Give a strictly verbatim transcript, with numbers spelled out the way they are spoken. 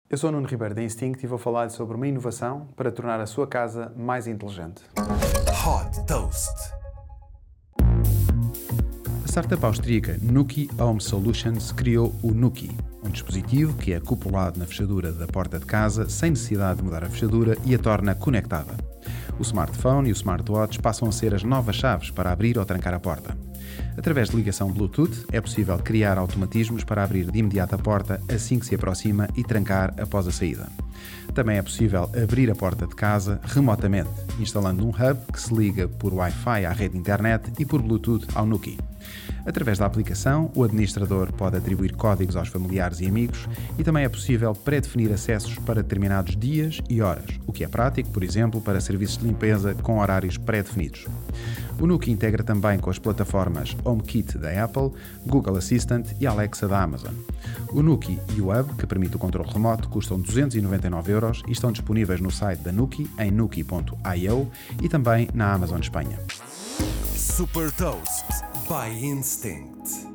Eu sou o Nuno Ribeiro da Instinct e vou falar sobre uma inovação para tornar a sua casa mais inteligente. Hot Toast. A startup austríaca Nuki Home Solutions criou o Nuki, um dispositivo que é acoplado na fechadura da porta de casa sem necessidade de mudar a fechadura e a torna conectada. O smartphone e o smartwatch passam a ser as novas chaves para abrir ou trancar a porta. Através de ligação Bluetooth, é possível criar automatismos para abrir de imediato a porta assim que se aproxima e trancar após a saída. Também é possível abrir a porta de casa remotamente, instalando um hub que se liga por Wi-Fi à rede internet e por Bluetooth ao Nuki. Através da aplicação, o administrador pode atribuir códigos aos familiares e amigos e também é possível pré-definir acessos para determinados dias e horas, o que é prático, por exemplo, para serviços de limpeza com horários pré-definidos. O Nuki integra também com as plataformas HomeKit da Apple, Google Assistant e Alexa da Amazon. O Nuki e o Hub, que permite o controle remoto, custam duzentos e noventa e nove euros e estão disponíveis no site da Nuki em nuki ponto io e também na Amazon Espanha. Super Toast by Instinct.